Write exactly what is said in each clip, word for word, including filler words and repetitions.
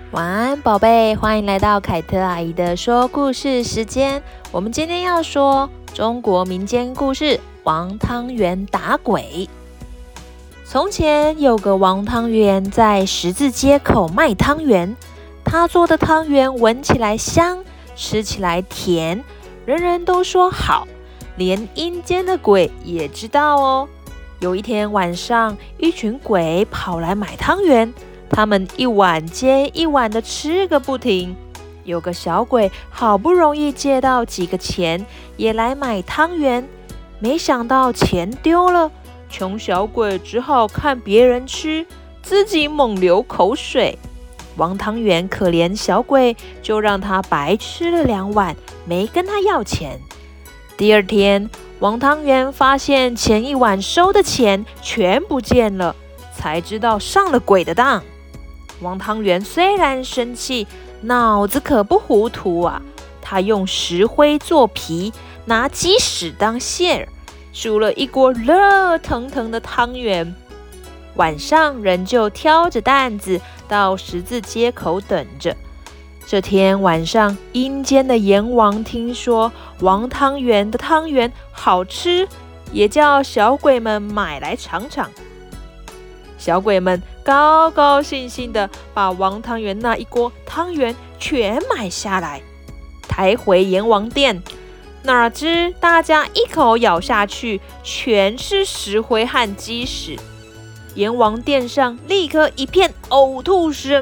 晚安，宝贝，欢迎来到凯特阿姨的说故事时间。我们今天要说中国民间故事《王汤圆打鬼》。从前有个王汤圆在十字街口卖汤圆，他做的汤圆闻起来香，吃起来甜，人人都说好，连阴间的鬼也知道哦。有一天晚上，一群鬼跑来买汤圆，他们一碗接一碗的吃个不停。有个小鬼好不容易借到几个钱，也来买汤圆，没想到钱丢了，穷小鬼只好看别人吃，自己猛流口水。王汤圆可怜小鬼，就让他白吃了两碗，没跟他要钱。第二天，王汤圆发现前一晚收的钱全不见了，才知道上了鬼的当。王汤圆虽然生气，脑子可不糊涂啊！他用石灰做皮，拿鸡屎当馅儿，煮了一锅热腾腾的汤圆。晚上，人就挑着担子到十字街口等着。这天晚上，阴间的阎王听说王汤圆的汤圆好吃，也叫小鬼们买来尝尝。小鬼们高高兴兴地把王汤圆那一锅汤圆全买下来，抬回阎王殿。哪知大家一口咬下去，全是石灰和鸡屎。阎王殿上立刻一片呕吐声，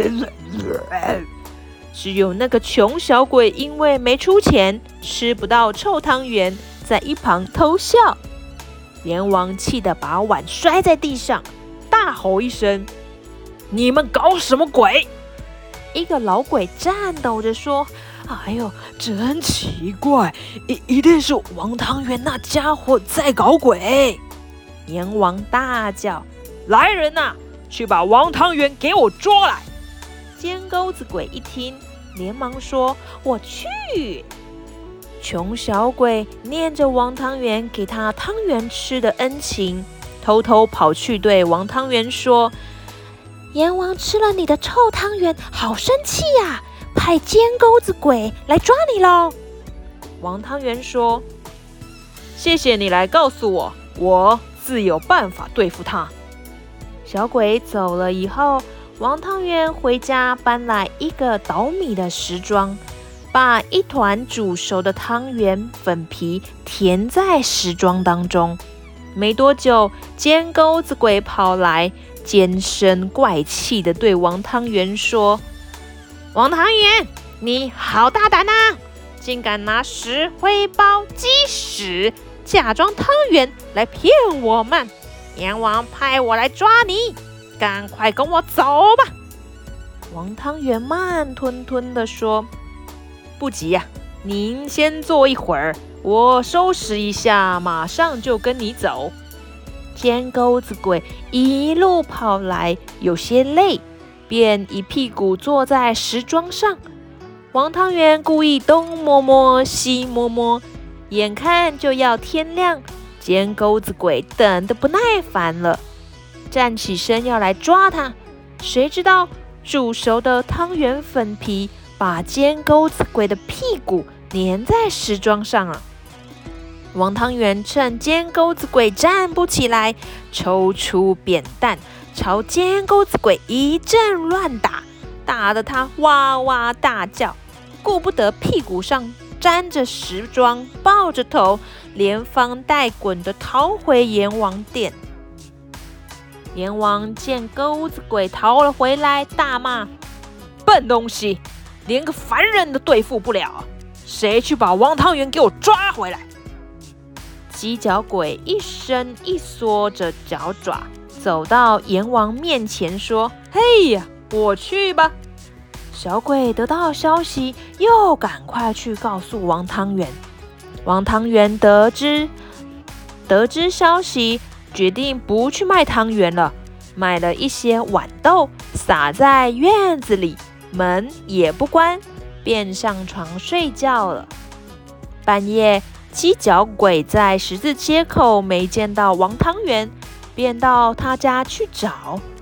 只有那个穷小鬼因为没出钱，吃不到臭汤圆，在一旁偷笑。阎王气得把碗摔在地上，大吼一声：“你们搞什么鬼？”一个老鬼颤抖着说：“哎呦，真奇怪，一一定是王汤圆那家伙在搞鬼。”阎王大叫：“来人呐，去把王汤圆给我抓来！”尖钩子鬼一听，连忙说：“我去。”穷小鬼念着王汤圆给他汤圆吃的恩情，偷偷跑去对王汤圆说：“阎王吃了你的臭汤圆，好生气呀、啊，派尖钩子鬼来抓你喽！”王汤圆说：“谢谢你来告诉我，我自有办法对付他。”小鬼走了以后，王汤圆回家搬来一个捣米的石桩，把一团煮熟的汤圆粉皮填在石桩当中。没多久，尖钩子鬼跑来，尖声怪气地对王汤圆说：“王汤圆，你好大胆啊！竟敢拿石灰包鸡屎假装汤圆来骗我们！阎王派我来抓你，赶快跟我走吧！”王汤圆慢吞吞地说：“不急呀、啊，您先坐一会儿，我收拾一下，马上就跟你走。”尖钩子鬼一路跑来，有些累，便一屁股坐在石桩上。王汤圆故意东摸摸西摸摸，眼看就要天亮，尖钩子鬼等得不耐烦了，站起身要来抓他。谁知道煮熟的汤圆粉皮把尖钩子鬼的屁股粘在石桩上了。王汤圆趁尖钩子鬼站不起来，抽出扁担朝尖钩子鬼一阵乱打，打得他哇哇大叫，顾不得屁股上沾着石桩，抱着头连翻带滚地逃回阎王殿。阎王见钩子鬼逃了回来，大骂：“笨东西，连个凡人都对付不了，谁去把王汤圆给我抓回来？”鸡脚鬼一伸一缩着脚爪，走到阎王面前说：“嘿呀，我去吧。”小鬼得到消息，又赶快去告诉王汤圆。王汤圆得知得知消息，决定不去卖汤圆了，买了一些豌豆撒在院子里，门也不关，便上床睡觉了。半夜，鸡脚鬼在十字街口没见到王汤圆，便到他家去找。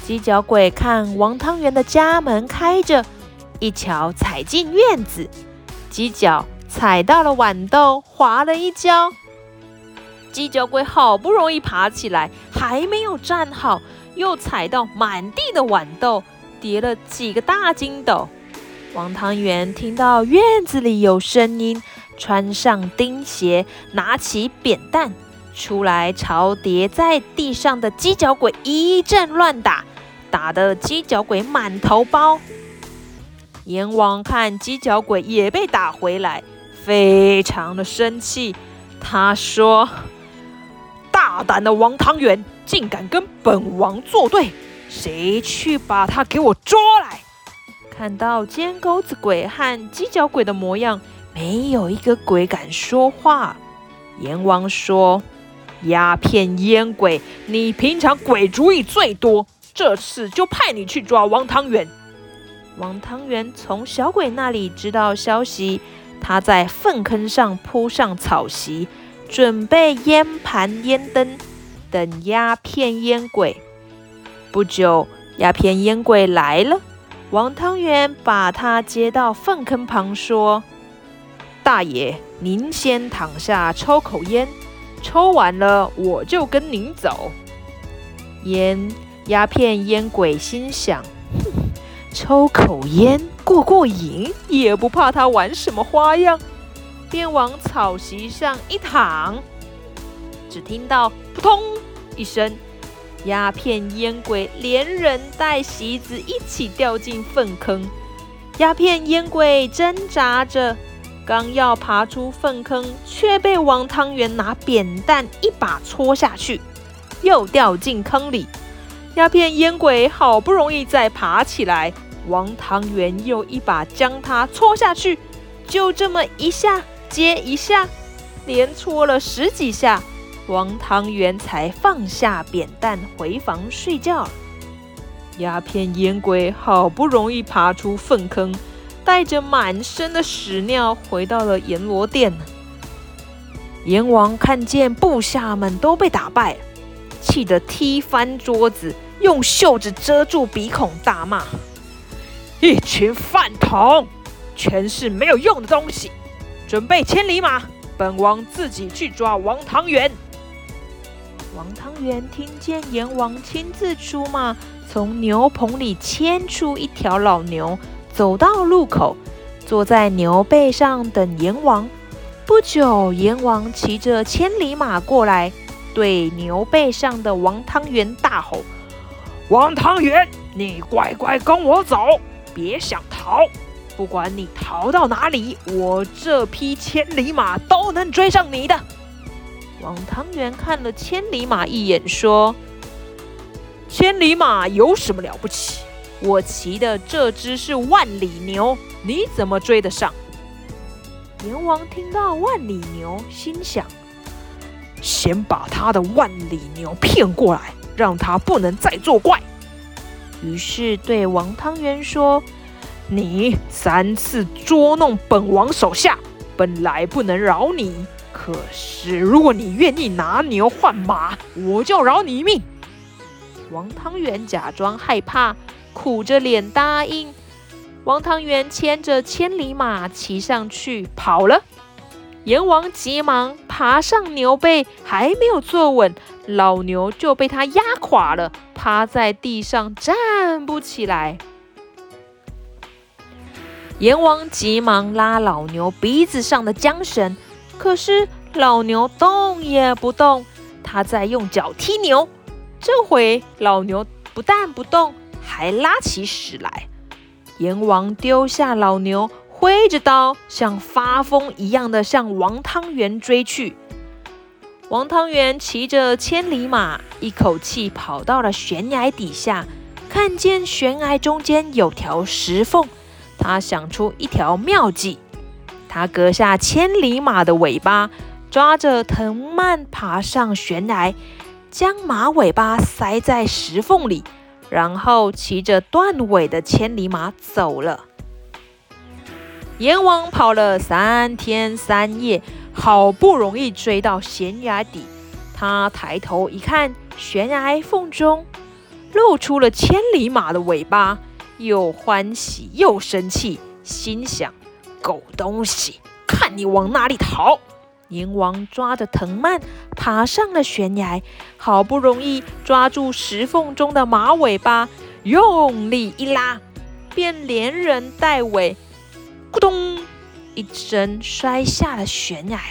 鸡脚鬼看王汤圆的家门开着，一脚踩进院子，鸡脚踩到了豌豆，滑了一跤。鸡脚鬼好不容易爬起来，还没有站好，又踩到满地的豌豆，跌了几个大筋斗。王汤圆听到院子里有声音，穿上钉鞋，拿起扁担出来，朝跌在地上的鸡脚鬼一阵乱打，打得鸡脚鬼满头包。阎王看鸡脚鬼也被打回来，非常的生气。他说：大胆的王汤圆，竟敢跟本王作对，谁去把他给我抓来？看到尖钩子鬼和鸡脚鬼的模样，没有一个鬼敢说话。阎王说：鸦片烟鬼，你平常鬼主意最多，这次就派你去抓王汤圆。王汤圆从小鬼那里知道消息，他在粪坑上铺上草席，准备烟盘烟灯，等鸦片烟鬼。不久，鸦片烟鬼来了，王汤圆把他接到粪坑旁，说：大爷，您先躺下抽口烟，抽完了我就跟您走。烟鸦片烟鬼心想：哼，抽口烟过过瘾，也不怕他玩什么花样，便往草席上一躺。只听到扑通一声，鸦片烟鬼连人带席子一起掉进粪坑。鸦片烟鬼挣扎着，刚要爬出粪坑，却被王汤圆拿扁担一把戳下去，又掉进坑里。鸦片烟鬼好不容易再爬起来，王汤圆又一把将他戳下去，就这么一下接一下，连戳了十几下，王汤圆才放下扁担回房睡觉。鸦片烟鬼好不容易爬出粪坑，带着满身的屎尿回到了阎罗殿。阎王看见部下们都被打败了，气得踢翻桌子，用袖子遮住鼻孔，大骂：一群饭桶，全是没有用的东西！准备千里马，本王自己去抓王汤圆。王汤圆听见阎王亲自出马，从牛棚里牵出一条老牛，走到路口，坐在牛背上等阎王。不久，阎王骑着千里马过来，对牛背上的王汤圆大吼：王汤圆，你乖乖跟我走，别想逃！不管你逃到哪里，我这匹千里马都能追上你的。王汤圆看了千里马一眼，说：千里马有什么了不起？我骑的这只是万里牛，你怎么追得上？阎王听到万里牛，心想：先把他的万里牛骗过来，让他不能再作怪。于是对王汤圆说：你三次捉弄本王手下，本来不能饶你，可是如果你愿意拿牛换马，我就饶你一命。王汤圆假装害怕，苦着脸答应。王汤圆牵着千里马骑上去跑了。阎王急忙爬上牛背，还没有坐稳，老牛就被他压垮了，趴在地上站不起来。阎王急忙拉老牛鼻子上的缰绳，可是老牛动也不动，他在用脚踢牛。这回老牛不但不动，还拉起屎来。阎王丢下老牛，挥着刀，像发疯一样的向王汤圆追去。王汤圆骑着千里马，一口气跑到了悬崖底下，看见悬崖中间有条石缝，他想出一条妙计。他割下千里马的尾巴，抓着藤蔓爬上悬崖，将马尾巴塞在石缝里，然后骑着断尾的千里马走了。阎王跑了三天三夜，好不容易追到悬崖底。他抬头一看，悬崖缝中露出了千里马的尾巴，又欢喜又生气，心想：狗东西，看你往哪里逃！阎王抓着藤蔓爬上了悬崖，好不容易抓住石缝中的马尾巴，用力一拉，便连人带尾，咕咚一声摔下了悬崖。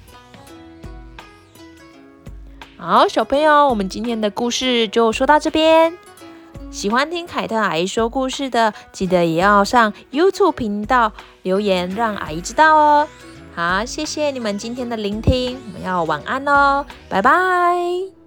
好，小朋友，我们今天的故事就说到这边。喜欢听凯特阿姨说故事的，记得也要上 YouTube 频道留言，让阿姨知道哦。好，谢谢你们今天的聆听，我们要晚安喽，拜拜。